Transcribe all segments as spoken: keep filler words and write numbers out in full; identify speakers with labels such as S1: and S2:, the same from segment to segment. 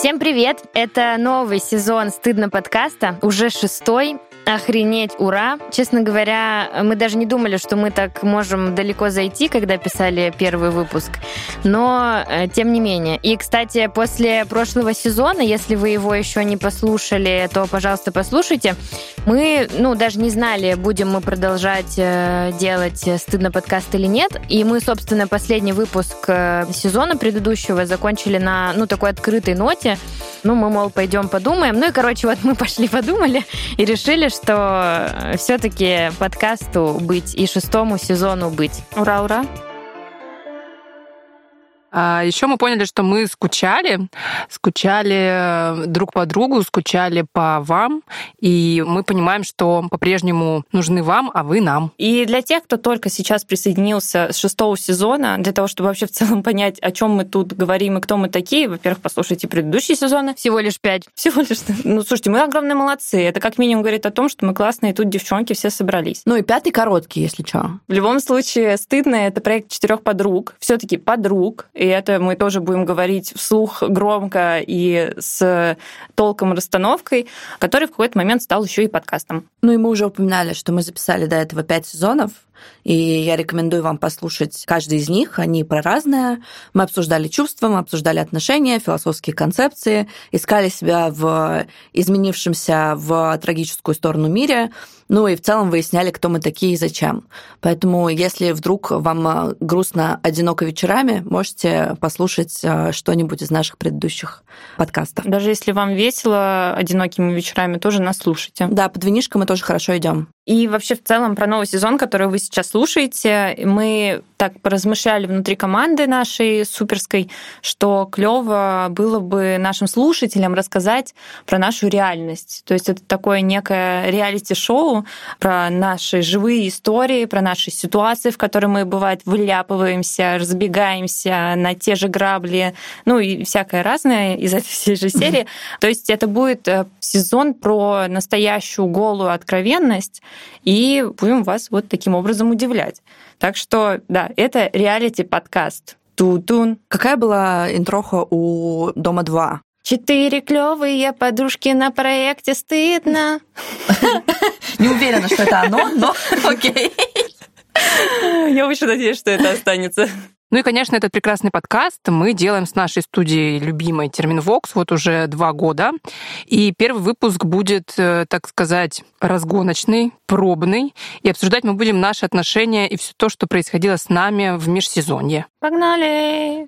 S1: Всем привет! Это новый сезон «Стыдно» подкаста, уже шестой. Охренеть, ура! Честно говоря, мы даже не думали, что мы так можем далеко зайти, когда писали первый выпуск, но тем не менее. И, кстати, после прошлого сезона, если вы его еще не послушали, то, пожалуйста, послушайте. Мы, ну, даже не знали, будем мы продолжать делать «Стыдно» подкаст или нет, и мы, собственно, последний выпуск сезона предыдущего закончили на, ну, такой открытой ноте. Ну, мы, мол, пойдем подумаем. Ну и, короче, вот мы пошли подумали и решили, что все-таки подкасту быть и шестому сезону быть. Ура, ура!
S2: А еще мы поняли, что мы скучали, скучали друг по другу, скучали по вам, и мы понимаем, что по-прежнему нужны вам, а вы нам.
S3: И для тех, кто только сейчас присоединился с шестого сезона, для того, чтобы вообще в целом понять, о чем мы тут говорим и кто мы такие, во-первых, послушайте предыдущие сезоны.
S1: Всего лишь пять.
S3: Всего лишь. Ну, слушайте, мы огромные молодцы. Это как минимум говорит о том, что мы классные, тут девчонки все собрались.
S4: Ну и пятый короткий, если что.
S3: В любом случае, «Стыдно» — это проект четырех подруг, все-таки подруг. И это мы тоже будем говорить вслух громко и с толком расстановкой, который в какой-то момент стал еще и подкастом.
S4: Ну и мы уже упоминали, что мы записали до этого пять сезонов, и я рекомендую вам послушать каждый из них. Они про разное. Мы обсуждали чувства, мы обсуждали отношения, философские концепции, искали себя в изменившемся в трагическую сторону мире, ну и в целом выясняли, кто мы такие и зачем. Поэтому, если вдруг вам грустно, одиноко вечерами, можете послушать что-нибудь из наших предыдущих подкастов.
S3: Даже если вам весело одинокими вечерами, тоже нас слушайте.
S4: Да, под винишко мы тоже хорошо идем.
S3: И вообще в целом про новый сезон, который вы сейчас слушаете, мы так поразмышляли внутри команды нашей суперской, что клёво было бы нашим слушателям рассказать про нашу реальность. То есть это такое некое реалити-шоу про наши живые истории, про наши ситуации, в которые мы, бывает, вляпываемся, разбегаемся на те же грабли, ну и всякое разное из этой всей же серии. То есть это будет сезон про настоящую голую откровенность, и будем вас вот таким образом удивлять. Так что, да, это реалити-подкаст. Ту-тун.
S4: Какая была интроха у «Дома два»?
S3: Четыре клёвые подружки на проекте «Стыдно».
S4: Не уверена, что это оно, но окей.
S3: Я очень надеюсь, что это останется.
S2: Ну и, конечно, этот прекрасный подкаст мы делаем с нашей студией любимой Терминвокс вот уже два года. И первый выпуск будет, так сказать, разгоночный, пробный. И обсуждать мы будем наши отношения и все то, что происходило с нами в межсезонье.
S3: Погнали!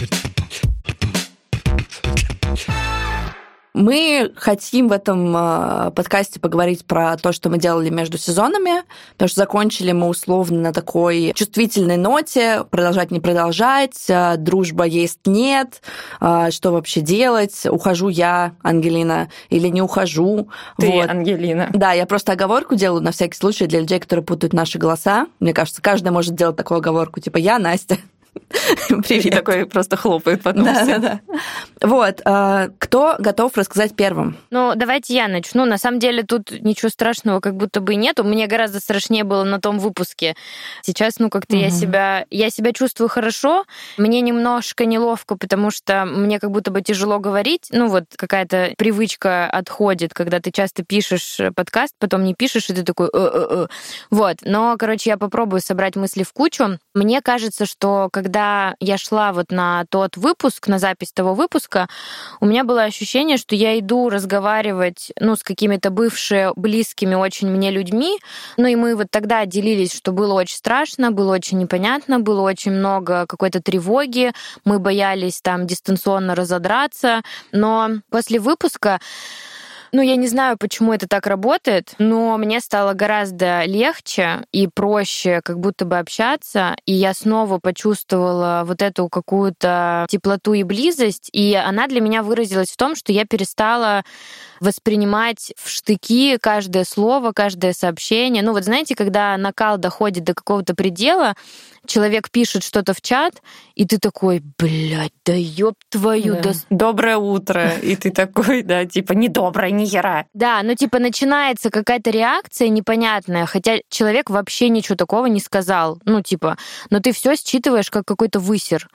S4: Мы хотим в этом подкасте поговорить про то, что мы делали между сезонами, потому что закончили мы условно на такой чувствительной ноте, продолжать, не продолжать, дружба есть, нет, что вообще делать, ухожу я, Ангелина, или не ухожу.
S3: Ты,
S4: вот.
S3: Ангелина.
S4: Да, я просто оговорку делаю на всякий случай для людей, которые путают наши голоса. Мне кажется, каждый может делать такую оговорку, типа я, Настя.
S3: Привет. И такой просто хлопает по носу.
S4: Да, да, да. Вот. Кто готов рассказать первым?
S1: Ну, давайте я начну. На самом деле тут ничего страшного как будто бы нету. Мне гораздо страшнее было на том выпуске. Сейчас, ну, как-то угу. я себя я себя чувствую хорошо. Мне немножко неловко, потому что мне как будто бы тяжело говорить. Ну, вот какая-то привычка отходит, когда ты часто пишешь подкаст, потом не пишешь, и ты такой э-э-э. Вот. Но, короче, я попробую собрать мысли в кучу. Мне кажется, что когда Когда я шла вот на тот выпуск, на запись того выпуска, у меня было ощущение, что я иду разговаривать, ну, с какими-то бывшими, близкими очень мне людьми. Ну, и мы вот тогда делились, что было очень страшно, было очень непонятно, было очень много какой-то тревоги, мы боялись там дистанционно разодраться. Но после выпуска Ну, я не знаю, почему это так работает, но мне стало гораздо легче и проще как будто бы общаться, и я снова почувствовала вот эту какую-то теплоту и близость, и она для меня выразилась в том, что я перестала воспринимать в штыки каждое слово, каждое сообщение. Ну вот знаете, когда накал доходит до какого-то предела, человек пишет что-то в чат, и ты такой, блядь, да ёб твою, да.
S3: да. Доброе утро. И ты такой, да, типа, не доброе, ни хера.
S1: Да, ну типа начинается какая-то реакция непонятная, хотя человек вообще ничего такого не сказал. Ну типа, но ты все считываешь как какой-то высер.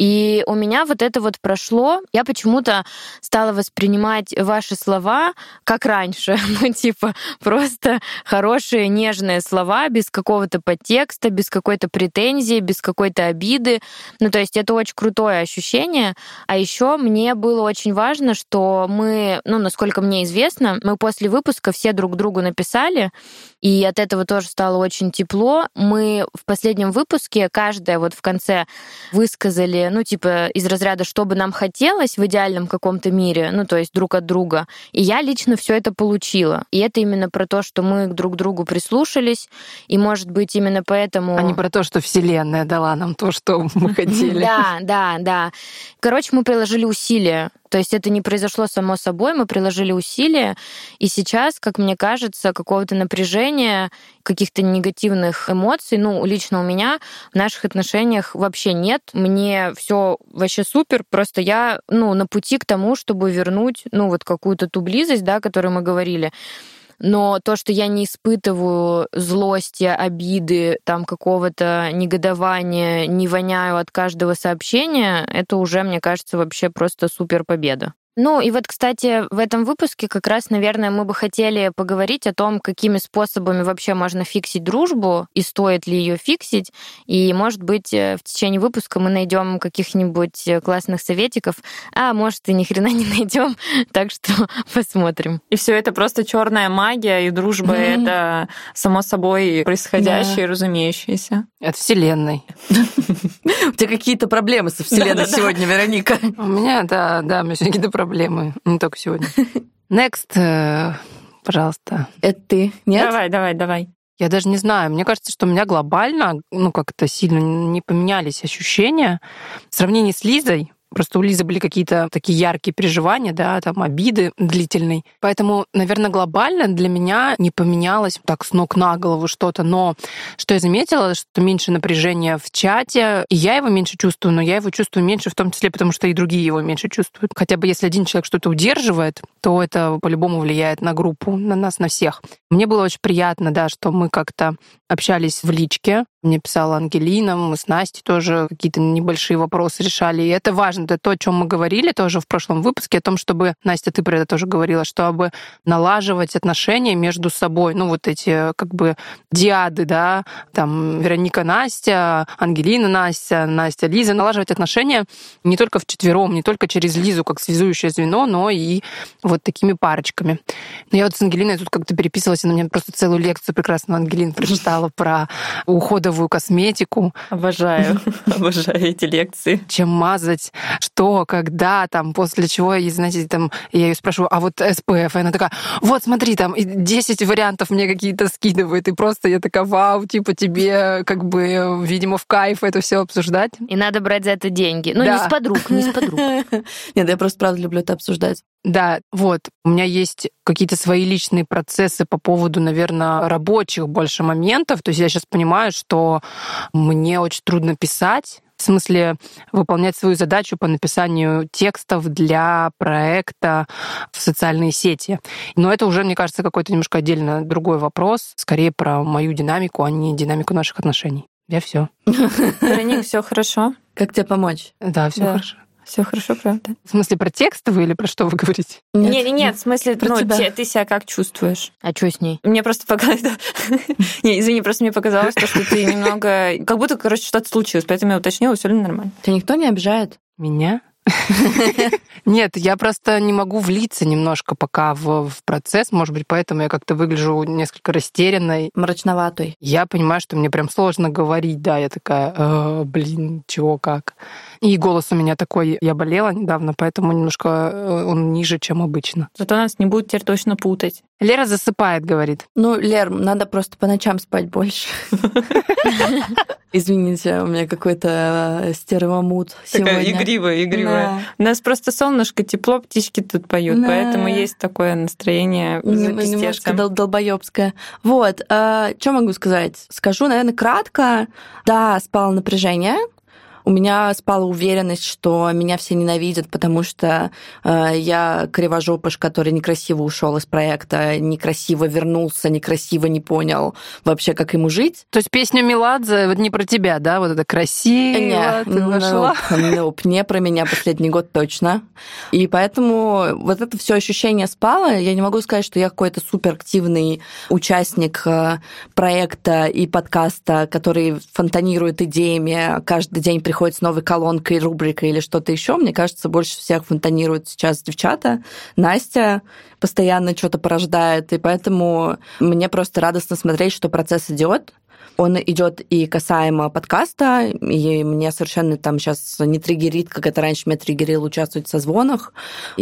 S1: И у меня вот это вот прошло. Я почему-то стала воспринимать ваши слова как раньше. Ну типа, просто хорошие, нежные слова, без какого-то подтекста, без какой-то претензии, без какой-то обиды. Ну, то есть это очень крутое ощущение. А еще мне было очень важно, что мы, ну, насколько мне известно, мы после выпуска все друг другу написали, и от этого тоже стало очень тепло. Мы в последнем выпуске каждая вот в конце высказали, ну, типа, из разряда, что бы нам хотелось в идеальном каком-то мире, ну, то есть друг от друга. И я лично все это получила. И это именно про то, что мы друг к другу прислушались, и, может быть, именно поэтому...
S2: А не про то, что Вселенная дала нам то, что мы хотели.
S1: Да, да, да. Короче, мы приложили усилия. То есть это не произошло само собой, мы приложили усилия, и сейчас, как мне кажется, какого-то напряжения, каких-то негативных эмоций, ну, лично у меня в наших отношениях вообще нет. Мне все вообще супер, просто я, ну, на пути к тому, чтобы вернуть, ну, вот какую-то ту близость, да, о которой мы говорили. Но то, что я не испытываю злости, обиды, там какого-то негодования, не воняю от каждого сообщения, это уже, мне кажется, вообще просто супер победа. Ну и вот, кстати, в этом выпуске как раз, наверное, мы бы хотели поговорить о том, какими способами вообще можно фиксить дружбу и стоит ли ее фиксить. И, может быть, в течение выпуска мы найдем каких-нибудь классных советиков, а может и ни хрена не найдем, так что посмотрим.
S3: И все это просто черная магия, и дружба mm-hmm. это само собой происходящее, yeah. разумеющееся.
S2: От Вселенной.
S4: У тебя какие-то проблемы со Вселенной сегодня, Вероника?
S2: У меня, да, да, у меня сегодня какие-то проблемы, не только сегодня. Next, пожалуйста.
S4: Это ты, нет?
S3: Давай, давай, давай.
S2: Я даже не знаю. Мне кажется, что у меня глобально, ну, как-то сильно не поменялись ощущения. В сравнении с Лизой, просто у Лизы были какие-то такие яркие переживания, да, там, обиды длительные. Поэтому, наверное, глобально для меня не поменялось так с ног на голову что-то. Но что я заметила, что меньше напряжения в чате, и я его меньше чувствую, но я его чувствую меньше в том числе, потому что и другие его меньше чувствуют. Хотя бы если один человек что-то удерживает, то это по-любому влияет на группу, на нас, на всех. Мне было очень приятно, да, что мы как-то общались в личке. Мне писала Ангелина, мы с Настей тоже какие-то небольшие вопросы решали. И это важно, это то, о чем мы говорили тоже в прошлом выпуске, о том, чтобы, Настя, ты про это тоже говорила, чтобы налаживать отношения между собой. Ну, вот эти как бы диады, да, там Вероника, Настя, Ангелина, Настя, Настя, Лиза. Налаживать отношения не только вчетвером, не только через Лизу как связующее звено, но и вот такими парочками. Но я вот с Ангелиной тут как-то переписывалась, она мне просто целую лекцию прекрасную Ангелина прочитала про уходовую косметику.
S3: Обожаю, обожаю эти лекции.
S2: Чем мазать, что, когда, там, после чего, и, знаете, там, я ее спрашиваю, а вот эс пэ эф, и она такая, вот, смотри, там, десять вариантов мне какие-то скидывает, и просто я такая, вау, типа, тебе, как бы, видимо, в кайф это все обсуждать.
S1: И надо брать за это деньги. Ну, да. не с подруг, не с подруг.
S4: Нет, я просто, правда, люблю это обсуждать.
S2: Да, вот. У меня есть какие-то свои личные процессы по поводу, наверное, рабочих больше моментов. То есть я сейчас понимаю, что мне очень трудно писать, в смысле выполнять свою задачу по написанию текстов для проекта в социальные сети. Но это уже, мне кажется, какой-то немножко отдельно другой вопрос, скорее про мою динамику, а не динамику наших отношений. Я все.
S3: Вероника, все хорошо?
S4: Как тебе помочь?
S2: Да, все да. хорошо.
S3: Все хорошо, правда.
S2: В смысле, про текстовые или про что вы говорите?
S3: Нет, нет, нет в смысле, про ну, тебя. Ты себя как чувствуешь?
S1: А что с ней?
S3: Мне просто показалось... Не, извини, просто мне показалось, что ты немного... Как будто, короче, что-то случилось, поэтому я уточнила, все ли нормально.
S4: Тебя никто не обижает?
S2: Меня? Нет, я просто не могу влиться немножко пока в, в процесс, может быть, поэтому я как-то выгляжу несколько растерянной.
S4: Мрачноватой.
S2: Я понимаю, что мне прям сложно говорить, да, я такая, э, блин, чего, как. И голос у меня такой, я болела недавно, поэтому немножко он ниже, чем обычно.
S3: Зато нас не будут теперь точно путать.
S2: Лера засыпает, говорит.
S4: Ну, Лер, надо просто по ночам спать больше. Извините, у меня какой-то стервомут сегодня.
S3: Такая игривая, игривая. У нас просто солнышко, тепло, птички тут поют, поэтому есть такое настроение запиздеться.
S4: Немножко долбоёбское. Вот, что могу сказать? Скажу, наверное, кратко. Да, спало напряжение. У меня спала уверенность, что меня все ненавидят, потому что э, я кривожопыш, который некрасиво ушел из проекта, некрасиво вернулся, некрасиво не понял вообще, как ему жить.
S2: То есть песня Меладзе вот не про тебя, да? Вот это красиво,
S4: не,
S2: ты вошла?
S4: Nope, не про меня последний год точно. И поэтому вот это все ощущение спало. Я не могу сказать, что я какой-то суперактивный участник проекта и подкаста, который фонтанирует идеями, каждый день приходит с новой колонкой, рубрикой или что-то еще. Мне кажется, больше всех фонтанируют сейчас девчата. Настя постоянно что-то порождает, и поэтому мне просто радостно смотреть, что процесс идет. Он идет и касаемо подкаста, и мне совершенно там сейчас не триггерит, как это раньше меня триггерило, участвовать в созвонах,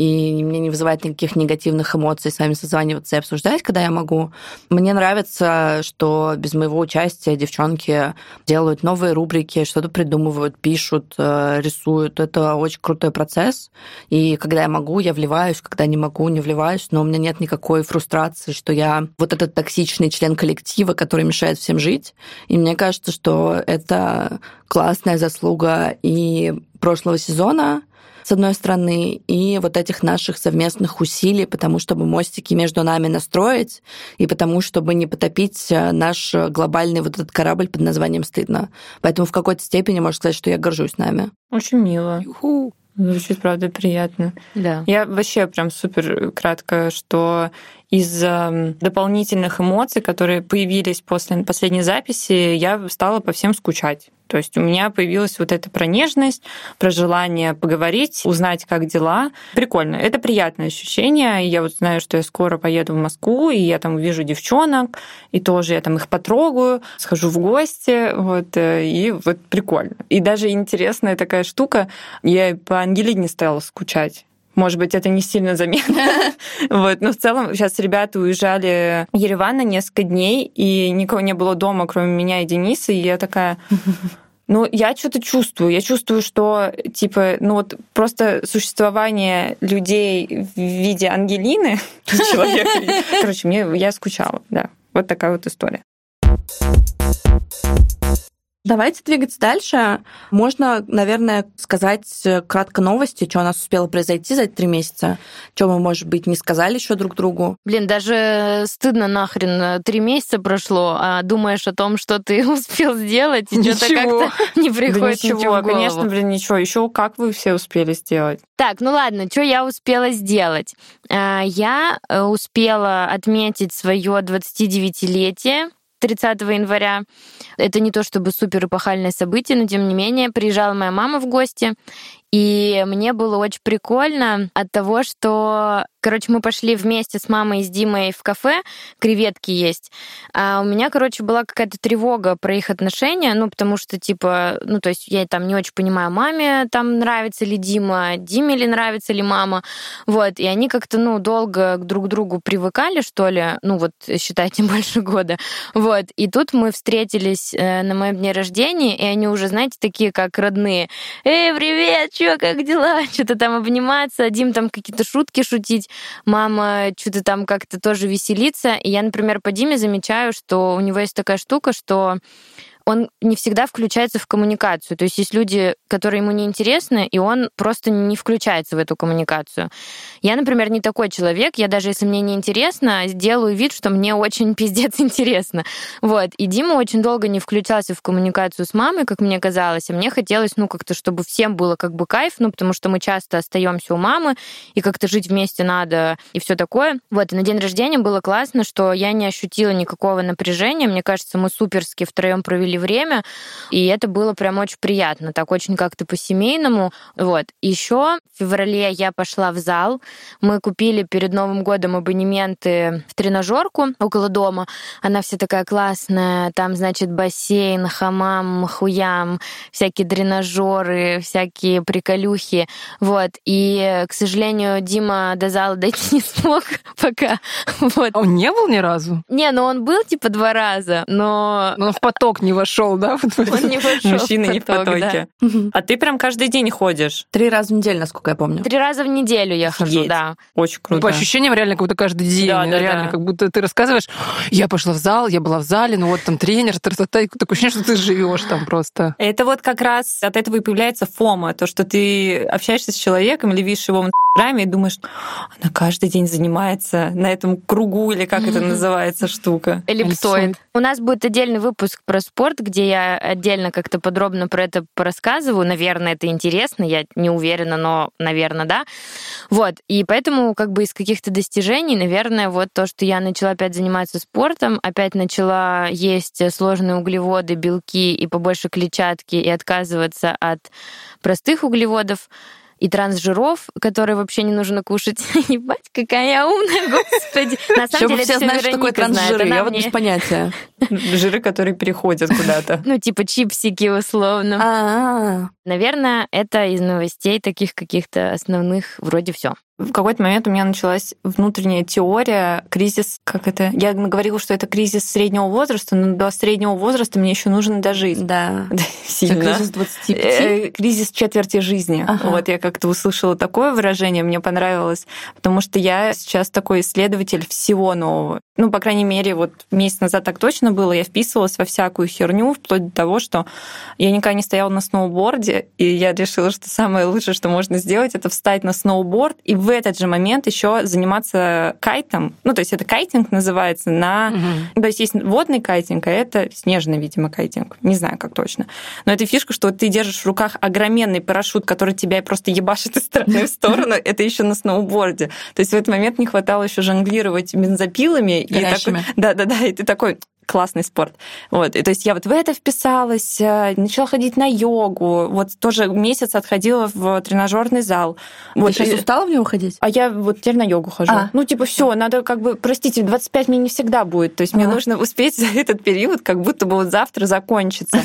S4: и мне не вызывает никаких негативных эмоций с вами созваниваться и обсуждать, когда я могу. Мне нравится, что без моего участия девчонки делают новые рубрики, что-то придумывают, пишут, рисуют. Это очень крутой процесс, и когда я могу, я вливаюсь, когда не могу, не вливаюсь, но у меня нет никакой фрустрации, что я вот этот токсичный член коллектива, который мешает всем жить. И мне кажется, что это классная заслуга и прошлого сезона, с одной стороны, и вот этих наших совместных усилий, потому чтобы мостики между нами настроить, и потому чтобы не потопить наш глобальный вот этот корабль под названием «Стыдно». Поэтому в какой-то степени можно сказать, что я горжусь нами.
S3: Очень мило.
S2: Юху.
S3: Звучит, правда, приятно.
S1: Да.
S3: Я вообще прям супер кратко, что из дополнительных эмоций, которые появились после последней записи, я стала по всем скучать. То есть у меня появилась вот эта про нежность, про желание поговорить, узнать, как дела. Прикольно. Это приятное ощущение. Я вот знаю, что я скоро поеду в Москву, и я там увижу девчонок, и тоже я там их потрогаю, схожу в гости, вот, и вот прикольно. И даже интересная такая штука, я по Ангелине стала скучать. Может быть, это не сильно заметно. Вот. Но в целом сейчас ребята уезжали в Ереван на несколько дней, и никого не было дома, кроме меня и Дениса, и я такая... Ну, я что-то чувствую. Я чувствую, что, типа, ну вот просто существование людей в виде Ангелины, человека... Короче, мне, я скучала, да. Вот такая вот история.
S4: Давайте двигаться дальше. Можно, наверное, сказать кратко новости, что у нас успело произойти за эти три месяца, что мы, может быть, не сказали еще друг другу.
S1: Блин, даже стыдно нахрен. Три месяца прошло, а думаешь о том, что ты успел сделать, и что-то как-то не приходит
S3: да ничего,
S1: ничего в голову.
S3: Конечно, блин, ничего. Еще как вы все успели сделать?
S1: Так, ну ладно, что я успела сделать? Я успела отметить свое двадцатидевятилетие тридцатого января. Это не то чтобы супер эпохальное событие, но тем не менее приезжала моя мама в гости, и мне было очень прикольно от того, что... Короче, мы пошли вместе с мамой и с Димой в кафе, креветки есть. А у меня, короче, была какая-то тревога про их отношения, ну, потому что, типа, ну, то есть я там не очень понимаю, маме там нравится ли Дима, Диме ли нравится ли мама, вот, и они как-то, ну, долго друг к другу привыкали, что ли, ну, вот, считайте, больше года, вот, и тут мы встретились на моем дне рождения, и они уже, знаете, такие, как родные. «Эй, привет, чё, как дела?» Что-то там обниматься, Дим там какие-то шутки шутить, мама что-то там как-то тоже веселится. И я, например, по Диме замечаю, что у него есть такая штука, что он не всегда включается в коммуникацию. То есть есть люди, которые ему не интересны, и он просто не включается в эту коммуникацию. Я, например, не такой человек. Я даже если мне не интересно, сделаю вид, что мне очень пиздец интересно. Вот. И Дима очень долго не включался в коммуникацию с мамой, как мне казалось. А мне хотелось, ну, как-то, чтобы всем было как бы кайф, ну, потому что мы часто остаемся у мамы, и как-то жить вместе надо, и все такое. Вот. И на день рождения было классно, что я не ощутила никакого напряжения. Мне кажется, мы суперски втроем провели время, и это было прям очень приятно, так очень как-то по-семейному. Вот. Еще в феврале я пошла в зал. Мы купили перед Новым годом абонементы в тренажерку около дома. Она вся такая классная. Там, значит, бассейн, хамам, хуям, всякие тренажеры, всякие приколюхи. Вот. И, к сожалению, Дима до зала дойти не смог пока. Вот.
S2: Он не был ни разу?
S1: Не, ну он был типа два раза, но...
S2: Но он в поток не вошел, да?
S1: Он не вошел.
S3: Мужчины
S1: в
S3: не в
S1: поток,
S3: потоке.
S1: да.
S3: А ты прям каждый день ходишь?
S4: Три раза в неделю, насколько я помню.
S1: Три раза в неделю я хожу,
S3: Есть.
S1: да.
S3: Очень круто.
S2: По ощущениям реально как будто каждый день.
S3: Да, да,
S2: реально,
S3: да.
S2: как будто ты рассказываешь, я пошла в зал, я была в зале, ну вот там тренер, тра-та-та, и такое ощущение, что ты живешь там просто.
S3: Это вот как раз от этого и появляется фома, то, что ты общаешься с человеком или видишь его в инстаграме и думаешь, она каждый день занимается на этом кругу, или как это называется штука.
S1: Эллипсоид. У нас будет отдельный выпуск про спорт, где я отдельно как-то подробно про это порассказываю. Наверное, это интересно, я не уверена, но, наверное, да. Вот. И поэтому как бы из каких-то достижений, наверное, вот то, что я начала опять заниматься спортом, опять начала есть сложные углеводы, белки и побольше клетчатки и отказываться от простых углеводов и трансжиров, которые вообще не нужно кушать. Ебать, какая я умная, господи. На самом деле,
S4: все
S1: это
S4: знают, что такое
S1: Вероника знает.
S4: трансжиры.
S1: Она
S4: Я вот
S1: мне-
S4: без понятия.
S3: Жиры, которые переходят куда-то.
S1: Ну, типа чипсики, условно.
S4: А,
S1: Наверное, это из новостей таких каких-то основных вроде все.
S3: В какой-то момент у меня началась внутренняя теория, кризис, как это? Я говорила, что это кризис среднего возраста, но до среднего возраста мне еще нужно дожить.
S4: да.
S3: Сильно.
S4: Кризис двадцати пяти.
S3: Э, Кризис четверти жизни.
S4: Ага.
S3: Вот я как-то услышала такое выражение, мне понравилось, потому что я сейчас такой исследователь всего нового. Ну, по крайней мере, вот месяц назад так точно было. Я вписывалась во всякую херню, вплоть до того, что я никогда не стояла на сноуборде, и я решила, что самое лучшее, что можно сделать, это встать на сноуборд и в этот же момент еще заниматься кайтом. Ну, то есть это кайтинг называется на...
S2: Мгм.
S3: То есть есть водный кайтинг, а это снежный, видимо, кайтинг. Не знаю, как точно. Но это фишка, что ты держишь в руках огроменный парашют, который тебя просто ебашит из стороны в сторону. Это еще на сноуборде. То есть в этот момент не хватало еще жонглировать бензопилами. И
S4: Горящими.
S3: такой- Да-да-да, и ты такой... Классный спорт. Вот. И то есть я вот в это вписалась, э, начала ходить на йогу. Вот тоже месяц отходила в тренажерный зал.
S4: Ты
S3: Вот.
S4: сейчас
S3: И-
S4: устала в него ходить?
S3: а я вот теперь на йогу хожу.
S4: А.
S3: Ну, типа, все, надо как бы, простите, двадцать пять мне не всегда будет. То есть мне
S4: Ага.
S3: нужно успеть за этот период, как будто бы вот завтра закончится.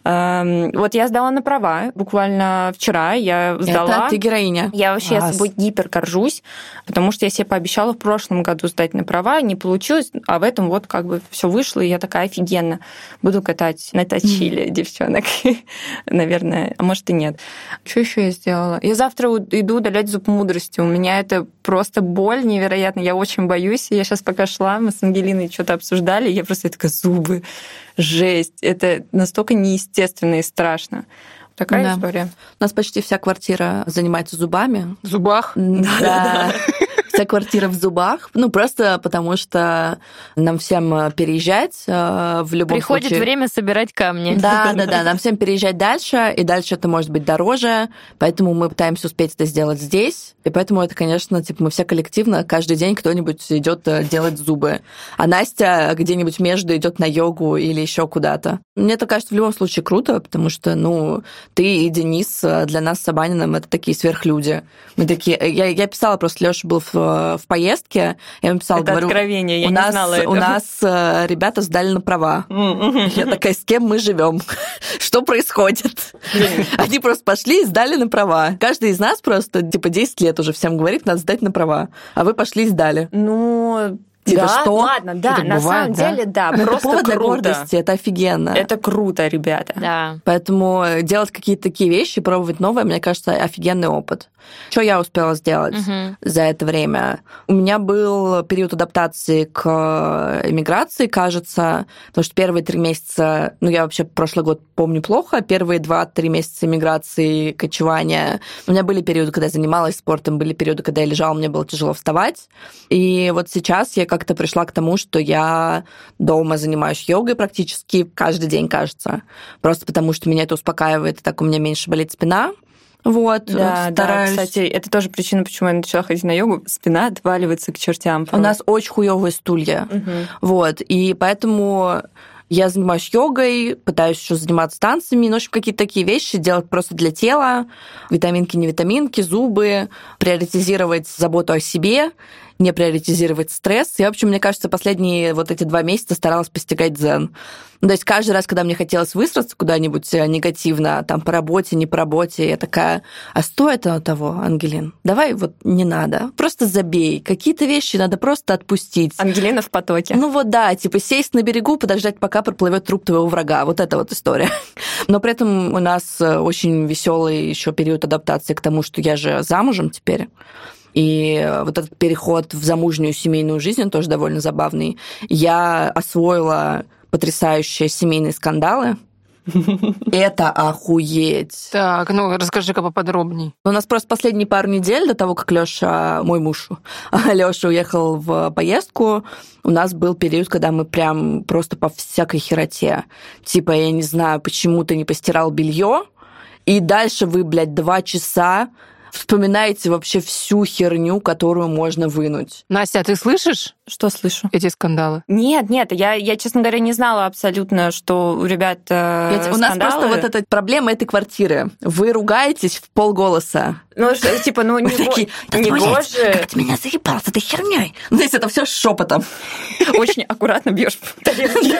S3: Эм, Вот я сдала на права. Буквально вчера я сдала.
S4: Это ты героиня.
S3: Я вообще
S2: Класс.
S3: собой гипер горжусь, потому что я себе пообещала в прошлом году сдать на права, не получилось, а в этом вот как бы все вышло, и я такая офигенно. Буду катать на точиле девчонок. Наверное, а может и нет. Что еще я сделала? Я завтра у- иду удалять зуб мудрости. У меня это просто боль невероятная. Я очень боюсь. Я сейчас пока шла, мы с Ангелиной что-то обсуждали, я просто такая, зубы, жесть. Это настолько неестественно и страшно. Такая
S4: Да.
S3: история.
S4: У нас почти вся квартира занимается зубами.
S2: В зубах.
S4: Да. Вся квартира в зубах. Ну, просто потому что нам всем переезжать э, в любом
S1: Приходит
S4: случае.
S1: время собирать камни.
S4: Да, да, да. Нам всем переезжать дальше, и дальше это может быть дороже, поэтому мы пытаемся успеть это сделать здесь. И поэтому это, конечно, типа мы все коллективно каждый день кто-нибудь идет делать зубы. А Настя где-нибудь между идет на йогу или еще куда-то. Мне это кажется в любом случае круто, потому что, ну, ты и Денис для нас с Сабаниным это такие сверхлюди. Мы такие. Я, я писала, просто Лёша был в, в поездке, я ему писала,
S3: Это
S4: говорю,
S3: откровение, я
S4: у
S3: не
S4: нас,
S3: знала
S4: у
S3: этого.
S4: нас э, ребята сдали на права. Я такая, с кем мы живем? Что происходит? Они просто пошли и сдали на права. Каждый из нас просто, типа, десять лет уже всем говорит, надо сдать на права. А вы пошли и сдали.
S3: Ну,
S4: Типа,
S3: да,
S4: что?
S3: ладно, да,
S2: Так
S3: на
S2: бывает,
S3: самом
S2: да?
S3: деле, да,
S4: Ну, это
S3: просто
S4: повод для
S3: круто.
S4: гордости, это офигенно.
S3: Это круто, ребята.
S1: Да.
S4: Поэтому делать какие-то такие вещи, пробовать новое, мне кажется, офигенный опыт. Что я успела сделать
S1: Мгм.
S4: за это время? У меня был период адаптации к иммиграции, кажется, потому что первые три месяца, ну, я вообще прошлый год помню плохо, первые два-три месяца иммиграции, кочевания. У меня были периоды, когда я занималась спортом, были периоды, когда я лежала, мне было тяжело вставать. И вот сейчас я как-то пришла к тому, что я дома занимаюсь йогой практически каждый день, кажется. Просто потому, что меня это успокаивает, и так у меня меньше болит спина. Вот,
S3: Да, да,
S4: стараюсь.
S3: кстати, это тоже причина, почему я начала ходить на йогу. Спина отваливается к чертям.
S4: У нас очень хуёвые стулья.
S3: Мгм.
S4: Вот, и поэтому Я занимаюсь йогой, пытаюсь еще заниматься танцами, ну, в общем, какие-то такие вещи делать просто для тела, витаминки, не витаминки, зубы, приоритизировать заботу о себе, не приоритизировать стресс. И, в общем, мне кажется, последние вот эти два месяца старалась постигать дзен. То есть каждый раз, когда мне хотелось высраться куда-нибудь негативно, там, по работе, не по работе, я такая, а стоит оно того, Ангелин? Давай вот не надо, просто забей. Какие-то вещи надо просто отпустить.
S3: Ангелина в потоке.
S4: Ну вот да, типа сесть на берегу, подождать, пока проплывет труп твоего врага. Вот это вот история. Но при этом у нас очень веселый еще период адаптации к тому, что я же замужем теперь. И вот этот переход в замужнюю семейную жизнь, он тоже довольно забавный. Я освоила потрясающие семейные скандалы. Это охуеть.
S2: Так, ну расскажи-ка поподробней.
S4: У нас просто последние пару недель до того, как Лёша, мой муж, Лёша уехал в поездку, у нас был период, когда мы прям просто по всякой хероте. Типа, я не знаю, почему ты не постирал белье, и дальше вы, блядь, два часа вспоминаете вообще всю херню, которую можно вынуть.
S2: Настя, а ты слышишь?
S3: Что слышу?
S2: Эти скандалы.
S3: Нет, нет, я, я, честно говоря, не знала абсолютно, что у ребят э,
S4: Ведь у нас просто вот эта проблема этой квартиры. Вы ругаетесь в полголоса.
S3: Ну, что, типа, ну, не,
S4: такие, да
S3: не гоже.
S4: Как ты меня заебал с этой херней. Ну, то есть это все шепотом.
S3: Очень аккуратно бьешь по тарелке.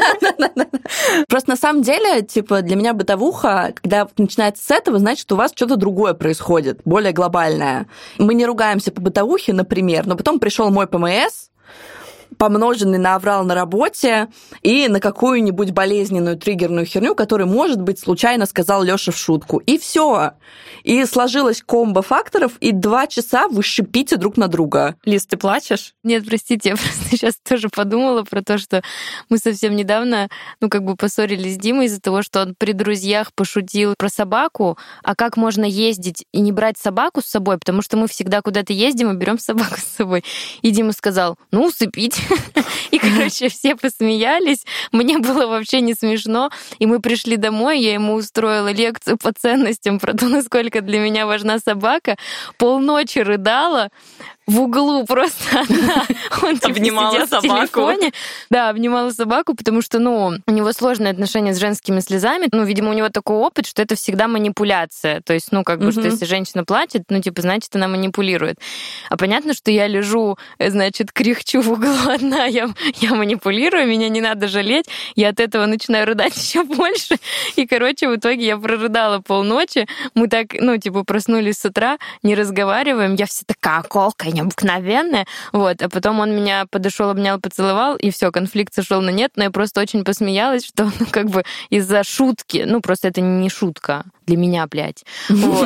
S4: Просто на самом деле, типа, для меня бытовуха, когда начинается с этого, значит, у вас что-то другое происходит, более глобальное. Мы не ругаемся по бытовухе, например, но потом пришел мой ПМС, помноженный на аврал на работе и на какую-нибудь болезненную триггерную херню, которую, может быть, случайно сказал Лёша в шутку. И все. И сложилась комбо факторов, и два часа вы шипите друг на друга.
S3: Лиз, ты плачешь?
S1: Нет, простите, я просто сейчас тоже подумала про то, что мы совсем недавно, ну, как бы поссорились с Димой из-за того, что он при друзьях пошутил про собаку, а как можно ездить и не брать собаку с собой, потому что мы всегда куда-то ездим и берем собаку с собой. И Дима сказал, ну, усыпить. И, короче, все посмеялись. Мне было вообще не смешно. И мы пришли домой, я ему устроила лекцию по ценностям про то, насколько для меня важна собака. Полночи рыдала. В углу просто одна. Он типа
S3: обнимала
S1: сидел
S3: собаку.
S1: в телефоне. Да, обнимала собаку, потому что, ну, у него сложные отношения с женскими слезами. Ну, видимо, у него такой опыт, что это всегда манипуляция. То есть, ну, как бы, mm-hmm. что если женщина плачет, ну, типа, значит, она манипулирует. А понятно, что я лежу, значит, кряхчу в углу одна, я, я манипулирую, меня не надо жалеть. Я от этого начинаю рыдать еще больше. И, короче, в итоге я прорыдала полночи. Мы так, ну, типа, проснулись с утра, не разговариваем. Я вся такая колкая, необыкновенная. Вот. А потом он меня подошел, обнял, поцеловал, и все, конфликт сошел на нет. Но я просто очень посмеялась, что, ну, как бы из-за шутки, ну, просто это не шутка для меня, блядь. Вот.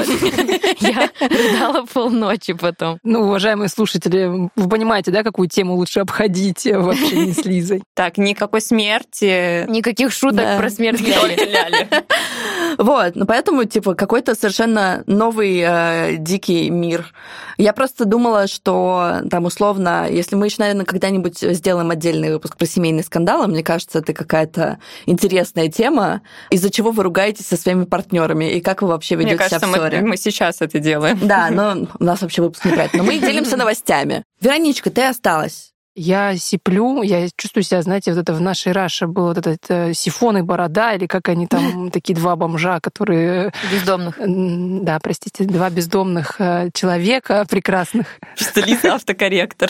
S1: Я рыдала полночи потом.
S2: Ну, уважаемые слушатели, вы понимаете, да, какую тему лучше обходить в общении с Лизой?
S3: Так, никакой смерти.
S1: Никаких шуток про смерть Ляли.
S4: Вот, ну поэтому, типа, какой-то совершенно новый э, дикий мир. Я просто думала, что там условно, если мы еще, наверное, когда-нибудь сделаем отдельный выпуск про семейные скандалы, мне кажется, это какая-то интересная тема, из-за чего вы ругаетесь со своими партнерами и как вы вообще ведете себя в ссоре.
S3: Мне кажется, мы, мы сейчас это делаем.
S4: Да, но у нас вообще выпуск не про это. Но мы делимся новостями. Вероничка, ты осталась.
S2: Я сиплю, я чувствую себя, знаете, вот это в нашей Раше был вот этот э, сифон и борода, или как они там, такие два бомжа, которые...
S1: Бездомных.
S2: Да, простите, два бездомных э, человека прекрасных.
S3: Что Лиза автокорректор.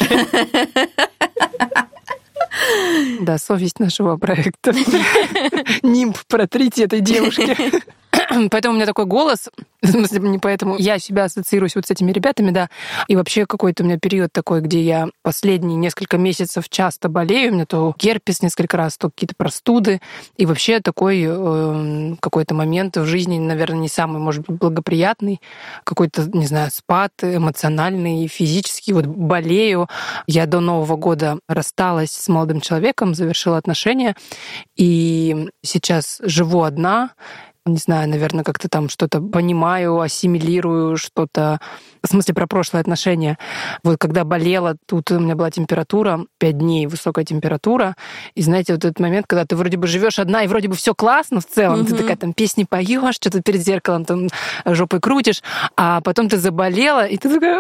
S2: Да, совесть нашего проекта. Нимб, протрите этой девушке. Поэтому у меня такой голос, в смысле, не поэтому я себя ассоциируюсь вот с этими ребятами, да, и вообще какой-то у меня период такой, где я последние несколько месяцев часто болею, у меня то герпес несколько раз, то какие-то простуды, и вообще такой э, какой-то момент в жизни, наверное, не самый, может быть, благоприятный, какой-то, не знаю, спад эмоциональный, физический, вот болею. Я до Нового года рассталась с молодым человеком, завершила отношения, и сейчас живу одна, не знаю, наверное, как-то там что-то понимаю, ассимилирую, что-то... В смысле, про прошлые отношения. Вот когда болела, тут у меня была температура, пять дней высокая температура. И знаете, вот этот момент, когда ты вроде бы живешь одна, и вроде бы все классно в целом, mm-hmm. ты такая там песни поешь, что-то перед зеркалом там жопой крутишь, а потом ты заболела, и ты такая...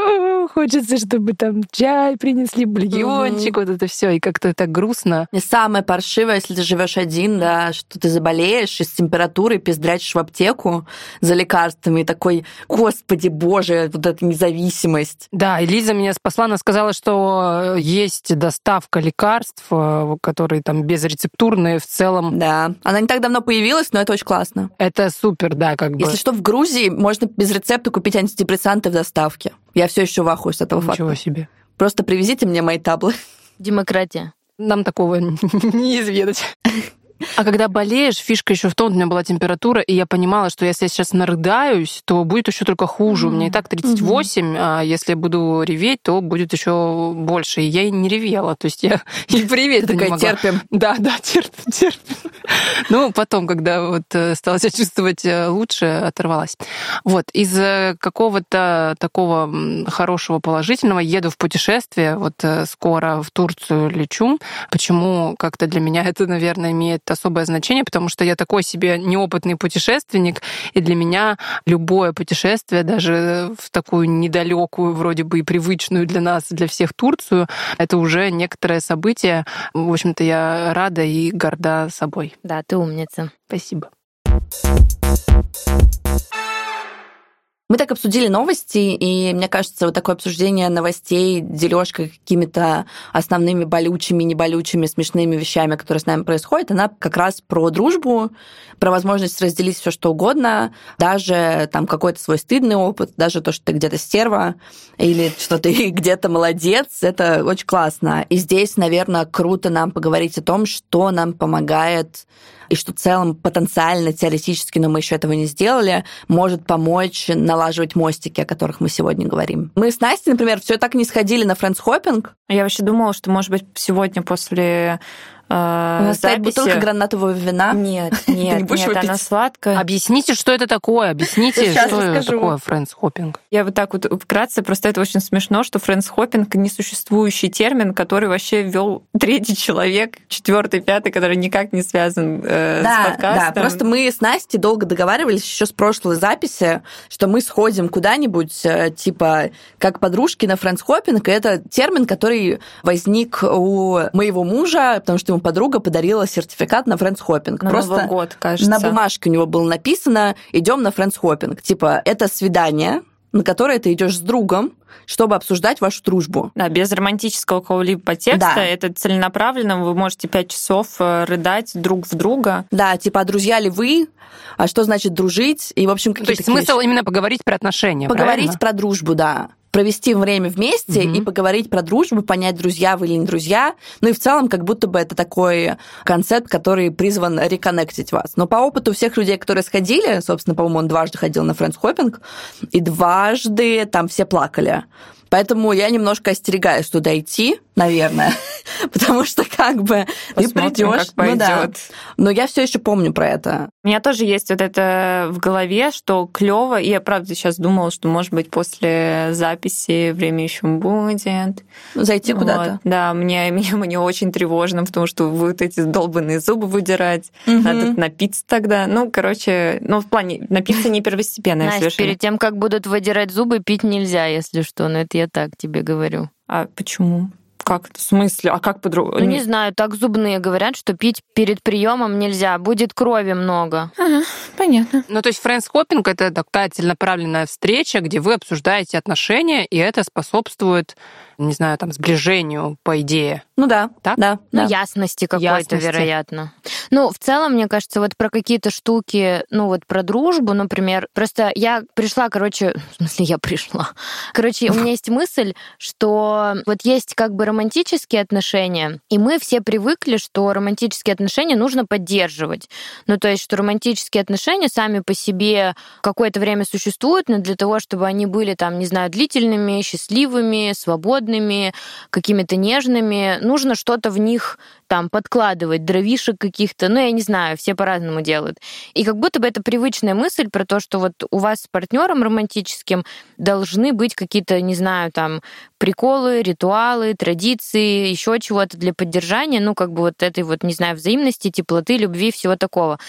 S2: ну, хочется, чтобы там чай принесли, бульончик, mm-hmm. вот это все, и как-то так грустно.
S4: И самое паршивое, если ты живешь один, да, что ты заболеешь и с температурой пиздрячишь в аптеку за лекарствами, и такой, господи боже, вот эта независимость.
S2: Да, и Лиза меня спасла, она сказала, что есть доставка лекарств, которые там безрецептурные в целом.
S4: Да, она не так давно появилась, но это очень классно.
S2: Это супер, да, как бы.
S4: Если что, в Грузии можно без рецепта купить антидепрессанты в доставке. Я все еще в ахуе с этого факта.
S2: Ничего себе.
S4: Просто привезите мне мои таблы.
S1: Демократия.
S2: Нам такого не изведать. А когда болеешь, фишка еще в том, у меня была температура, и я понимала, что если я сейчас нарыдаюсь, то будет еще только хуже. Mm-hmm. У меня и так тридцать восемь, mm-hmm. а если я буду реветь, то будет еще больше. И я и не ревела, то есть я и реветь-то не могла.
S4: Терпим.
S2: Да, да, терпим, терпим. Ну, потом, когда вот стала себя чувствовать лучше, оторвалась. Вот, из какого-то такого хорошего, положительного еду в путешествие, вот скоро в Турцию лечу. Почему как-то для меня это, наверное, имеет особое значение, потому что я такой себе неопытный путешественник, и для меня любое путешествие, даже в такую недалекую, вроде бы и привычную для нас, для всех Турцию, это уже некоторое событие. В общем-то, я рада и горда собой.
S1: Да, ты умница.
S2: Спасибо.
S4: Мы так обсудили новости, и мне кажется, вот такое обсуждение новостей, дележка какими-то основными болючими, неболючими, смешными вещами, которые с нами происходят, она как раз про дружбу, про возможность разделить все что угодно, даже там какой-то свой стыдный опыт, даже то, что ты где-то стерва или что ты где-то молодец, это очень классно. И здесь, наверное, круто нам поговорить о том, что нам помогает и что в целом потенциально, теоретически, но мы еще этого не сделали, может помочь налаживать мостики, о которых мы сегодня говорим. Мы с Настей, например, все так и не сходили на френдс-хоппинг.
S3: Я вообще думала, что, может быть, сегодня после
S4: У нас стоит бутылка гранатового вина.
S3: Нет, нет, нет, она сладкая.
S2: Объясните, что это такое. Объясните,
S3: Сейчас
S2: что это
S3: расскажу.
S2: такое френдс-хоппинг.
S3: Я вот так вот вкратце, просто это очень смешно, что френдс-хоппинг — несуществующий термин, который вообще ввел третий человек, четвертый, пятый, который никак не связан э,
S4: да,
S3: с подкастом.
S4: Да, просто мы с Настей долго договаривались еще с прошлой записи, что мы сходим куда-нибудь, типа, как подружки на френдс-хоппинг, и это термин, который возник у моего мужа, потому что ему подруга подарила сертификат на френдс-хоппинг.
S3: На
S4: Просто
S3: Новый год, кажется.
S4: На бумажке у него было написано «Идем на френдс-хоппинг». Типа, это свидание, на которое ты идешь с другом, чтобы обсуждать вашу дружбу.
S3: Да, без романтического какого-либо подтекста.
S4: Да.
S3: Это целенаправленно. Вы можете пять часов рыдать друг в друга.
S4: Да, типа, а друзья ли вы? А что значит дружить? И, в общем,
S2: То
S4: какие-то
S2: есть смысл
S4: вещи.
S2: именно поговорить про отношения,
S4: Поговорить
S2: правильно?
S4: про дружбу, да. Провести время вместе
S2: Мгм.
S4: и поговорить про дружбу, понять, друзья вы или не друзья. Ну и в целом, как будто бы это такой концепт, который призван реконнектить вас. Но по опыту всех людей, которые сходили, собственно, по-моему, он дважды ходил на френдс-хоппинг, и дважды там все плакали. Поэтому я немножко остерегаюсь туда идти, наверное, потому что как бы ты
S3: Посмотрим,
S4: придешь,
S3: как пойдёт.
S4: ну да. Но я все еще помню про это.
S3: У меня тоже есть вот это в голове, что клево. И я, правда, сейчас думала, что, может быть, после записи время еще будет.
S4: Зайти
S3: Вот.
S4: куда-то.
S3: Да, мне, мне, мне очень тревожно, потому что будут эти долбанные зубы выдирать.
S4: Мгм.
S3: Надо напиться тогда. Ну, короче, ну, в плане, напиться не первостепенное
S1: Настя,
S3: совершенно.
S1: перед тем, как будут выдирать зубы, пить нельзя, если что. Но это я так тебе говорю.
S3: А почему? Как это? В смысле? А как по-другому?
S1: Ну, не знаю, так зубные говорят, что пить перед приемом нельзя, будет крови много.
S3: Ага, понятно.
S2: Ну, то есть френдс-хоппинг — это такая целенаправленная встреча, где вы обсуждаете отношения, и это способствует, не знаю, там, сближению, по идее.
S4: Ну да,
S2: Так?
S4: да,
S1: Ну,
S4: да.
S1: ясности какой-то,
S2: Ясности.
S1: вероятно. Ну, в целом, мне кажется, вот про какие-то штуки, ну, вот про дружбу, например, просто я пришла, короче, в смысле, я пришла. Короче, у меня есть мысль, что вот есть как бы романтические отношения, и мы все привыкли, что романтические отношения нужно поддерживать. Ну, то есть, что романтические отношения сами по себе какое-то время существуют, но для того, чтобы они были там, не знаю, длительными, счастливыми, свободными, какими-то нежными, нужно что-то в них там подкладывать дровишек каких-то, ну, я не знаю, все по-разному делают. И как будто бы это привычная мысль про то, что вот у вас с партнером романтическим должны быть какие-то, не знаю, там, приколы, ритуалы, традиции, еще чего-то для поддержания, ну, как бы вот этой вот, не знаю, взаимности, теплоты, любви, всего такого.